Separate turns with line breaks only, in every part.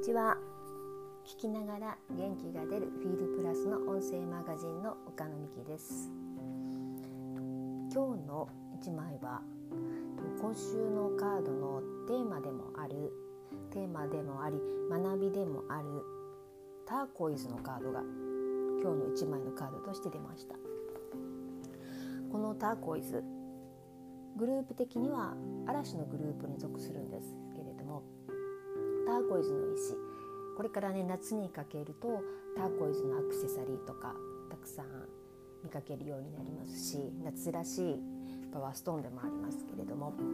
ちは。聞きながら元気が出るフィールプラスの音声マガジンの岡野美希です。今日の一枚は今週のカードのテーマでもあり学びでもあるターコイズのカードが今日の一枚のカードとして出ました。このターコイズ、グループ的には嵐のグループに属するんですけれども、ターコイズの石、これからね夏にかけるとターコイズのアクセサリーとかたくさん見かけるようになりますし、夏らしいパワーストーンでもありますけれども、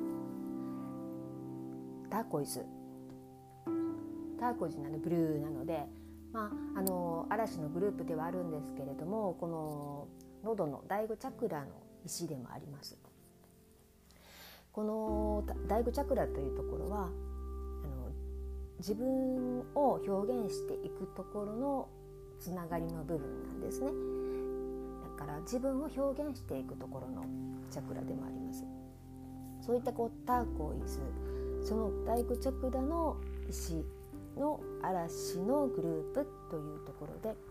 ターコイズなのブルーなので、嵐のグループではあるんですけれども、この喉の第5チャクラの石でもあります。この第5チャクラというところは自分を表現していくところのつながりの部分なんですね。だから自分を表現していくところのチャクラでもあります。そういったターコイズ、その第5チャクラの石の嵐のグループというところで、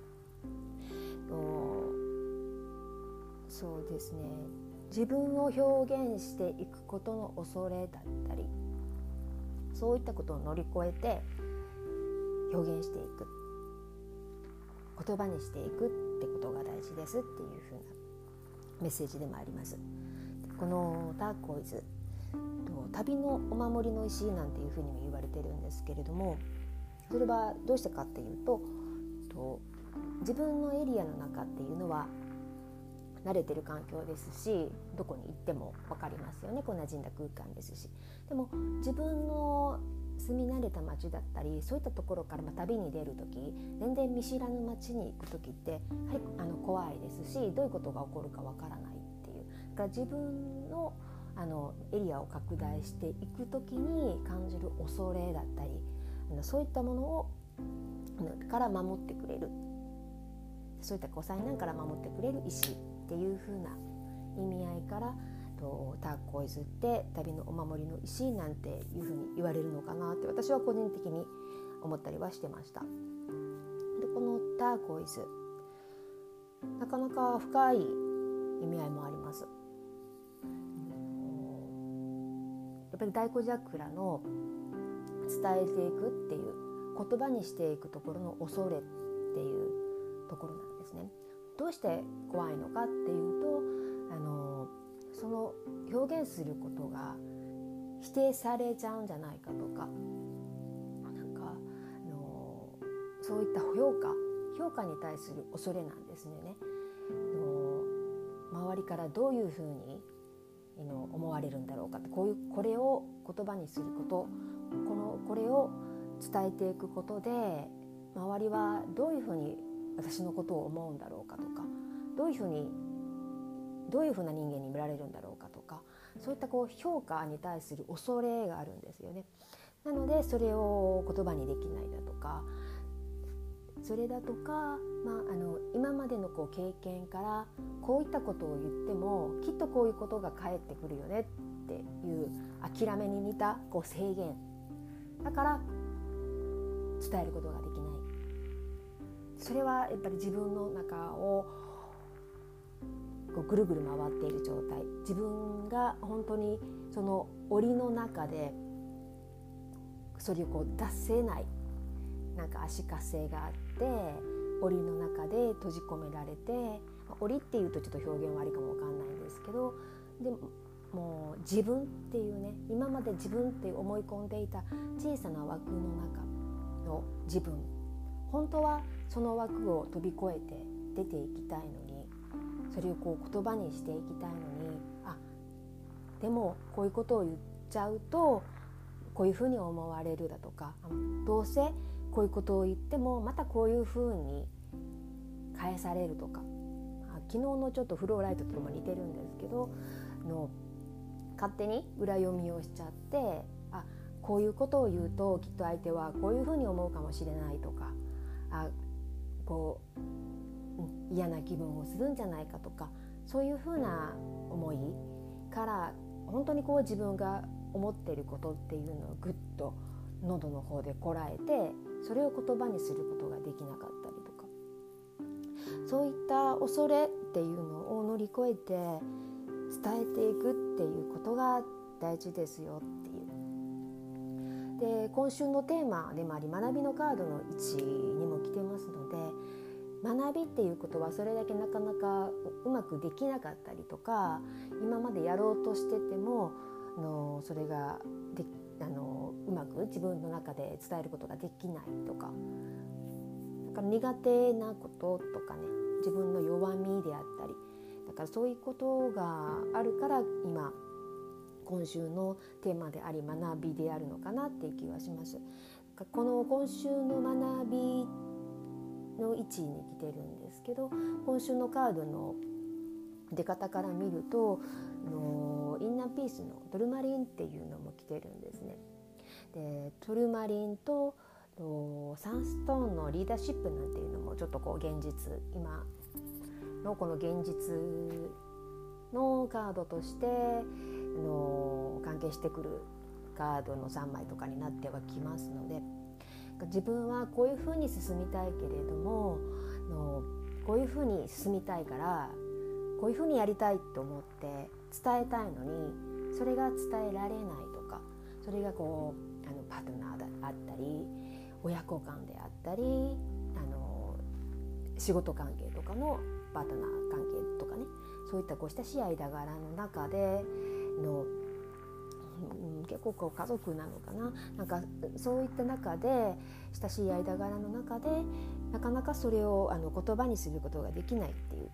そうですね、自分を表現していくことの恐れだったり、そういったことを乗り越えて表現していく、言葉にしていくってことが大事ですっていう風なメッセージでもあります。このターコイズ、旅のお守りの石なんていう風にも言われてるんですけれども、それはどうしてかっていうと、自分のエリアの中っていうのは慣れてる環境ですし、どこに行っても分かりますよね。馴染んだ空間ですし、でも自分の住み慣れた街だったり、そういったところから旅に出るとき、全然見知らぬ街に行くときってやはり怖いですし、どういうことが起こるか分からないっていう、だから自分のエリアを拡大していくときに感じる恐れだったり、そういったものをから守ってくれる、そういった災難から守ってくれる石っていう風な意味合いからターコイズって旅のお守りの石なんていう風に言われるのかなって、私は個人的に思ったりはしてました。でこのターコイズ、なかなか深い意味合いもあります。やっぱり第5チャクラの伝えていくっていう、言葉にしていくところの恐れっていうところなんですね。どうして怖いのかっていうと、その表現することが否定されちゃうんじゃないかとか、そういった評価に対する恐れなんですね。周りからどういうふうに思われるんだろうかって、これを言葉にすること、これを伝えていくことで周りはどういうふうに私のことを思うんだろうかとか、どういうふうな人間に見られるんだろうかとか、そういった評価に対する恐れがあるんですよね。なのでそれを言葉にできないだとか、今までの経験からこういったことを言ってもきっとこういうことが返ってくるよねっていう諦めに似た制限だから伝えることができない。それはやっぱり自分の中をぐるぐる回っている状態、自分が本当にその檻の中でそれを出せない、足かせがあって檻の中で閉じ込められて、檻っていうとちょっと表現悪いかもわかんないんですけど、でもう自分っていうね、今まで自分って思い込んでいた小さな枠の中の自分、本当はその枠を飛び越えて出ていきたいのに、それを言葉にしていきたいのに、でもこういうことを言っちゃうとこういうふうに思われるだとか、どうせこういうことを言ってもまたこういうふうに返されるとか、昨日のちょっとフローライトとも似てるんですけど、勝手に裏読みをしちゃって、こういうことを言うときっと相手はこういうふうに思うかもしれないとか、嫌な気分をするんじゃないかとか、そういうふうな思いから本当に自分が思っていることっていうのをぐっと喉の方でこらえて、それを言葉にすることができなかったりとか、そういった恐れっていうのを乗り越えて伝えていくっていうことが大事ですよっていう。で、今週のテーマでもあり、学びのカードの1にも来てますので、学びっていうことはそれだけなかなかうまくできなかったりとか、今までやろうとしててもそれがうまく自分の中で伝えることができないとか、だから苦手なこととかね、自分の弱みであったり、だからそういうことがあるから今週のテーマであり学びであるのかなっていう気はします。この今週の学びの位置に来てるんですけど、今週のカードの出方から見るとインナーピースのトルマリンっていうのも来てるんですね。で、トルマリンとサンストーンのリーダーシップなんていうのもちょっとこう現実、今のこの現実のカードとして関係してくるカードの3枚とかになってはきますので、自分はこういうふうに進みたいけれどもこういうふうに進みたいからこういうふうにやりたいと思って伝えたいのに、それが伝えられないとか、それがこうパートナーであったり親子間であったり仕事関係とかのパートナー関係とかね、そういったこう親しい間柄の中で結構こう家族なのかな、なんかそういった中で親しい間柄の中でなかなかそれを言葉にすることができないっていう、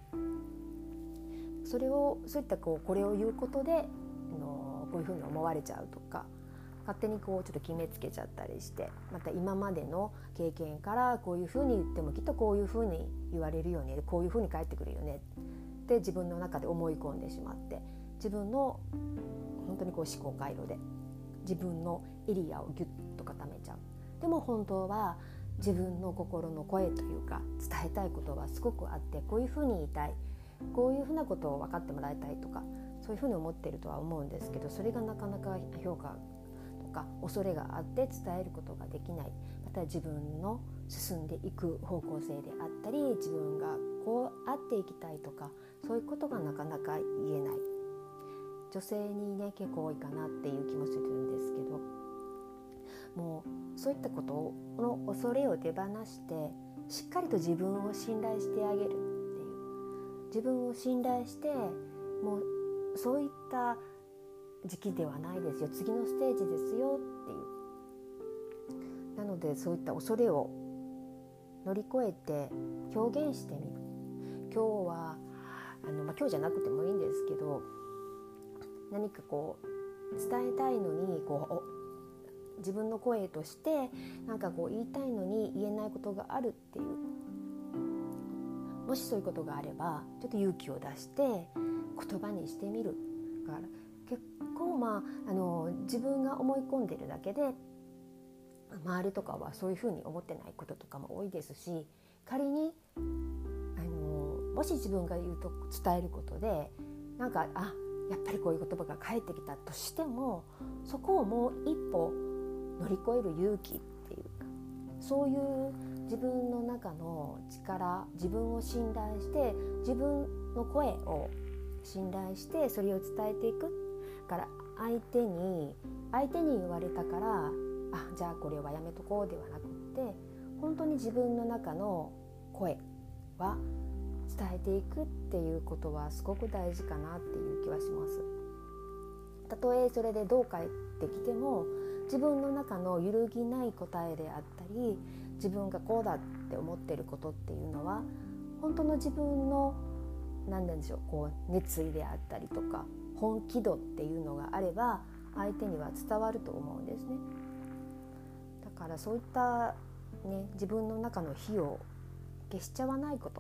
そういったこれを言うことでこういうふうに思われちゃうとか、勝手にこうちょっと決めつけちゃったりして、また今までの経験からこういうふうに言ってもきっとこういうふうに言われるよね、こういうふうに返ってくるよねって自分の中で思い込んでしまって、自分の本当にこう思考回路で自分のエリアをギュッと固めちゃう。でも本当は自分の心の声というか伝えたいことはすごくあって、こういうふうに言いたい、こういうふうなことを分かってもらいたいとか、そういうふうに思っているとは思うんですけど、それがなかなか評価とか恐れがあって伝えることができない。また自分の進んでいく方向性であったり、自分がこうあっていきたいとか、そういうことがなかなか言えない女性にね結構多いかなっていう気もするんですけど、もうそういったことの恐れを手放してしっかりと自分を信頼してあげるっていう、自分を信頼して、もうそういった時期ではないですよ、次のステージですよっていう、なのでそういった恐れを乗り越えて表現してみる。今日は今日じゃなくてもいいんですけど、何かこう伝えたいのに自分の声としてなんかこう言いたいのに言えないことがあるっていう、もしそういうことがあればちょっと勇気を出して言葉にしてみる。だから結構自分が思い込んでるだけで周りとかはそういうふうに思ってないこととかも多いですし、仮にもし自分が言うと伝えることでなんかやっぱりこういう言葉が返ってきたとしても、そこをもう一歩乗り越える勇気っていうか、そういう自分の中の力、自分を信頼して自分の声を信頼してそれを伝えていくから相手に言われたからじゃあこれはやめとこうではなくって、本当に自分の中の声は伝えていくっていうことはすごく大事かなっていう気はします。たとえそれでどう返ってきても自分の中の揺るぎない答えであったり、自分がこうだって思ってることっていうのは本当の自分の何なんでしょう、熱意であったりとか本気度っていうのがあれば相手には伝わると思うんですね。だからそういった自分の中の火を消しちゃわないこと、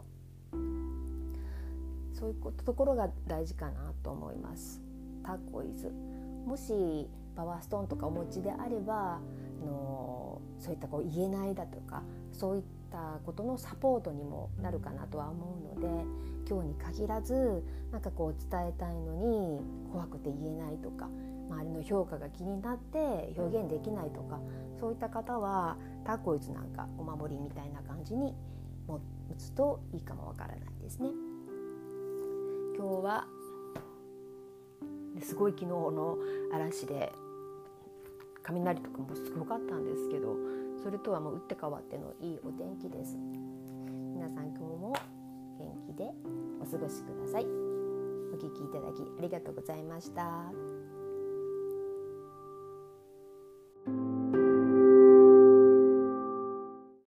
そういうところが大事かなと思います。ターコイズ、もしパワーストーンとかお持ちであればそういった言えないだとかそういったことのサポートにもなるかなとは思うので、今日に限らずなんか伝えたいのに怖くて言えないとか、周りの評価が気になって表現できないとか、そういった方はタコイズなんかお守りみたいな感じに持つといいかもわからないですね。今日はすごい昨日の嵐で雷とかもすごかったんですけど、それとはもう打って変わってのいいお天気です。皆さん今日も元気でお過ごしください。お聞きいただきありがとうございました。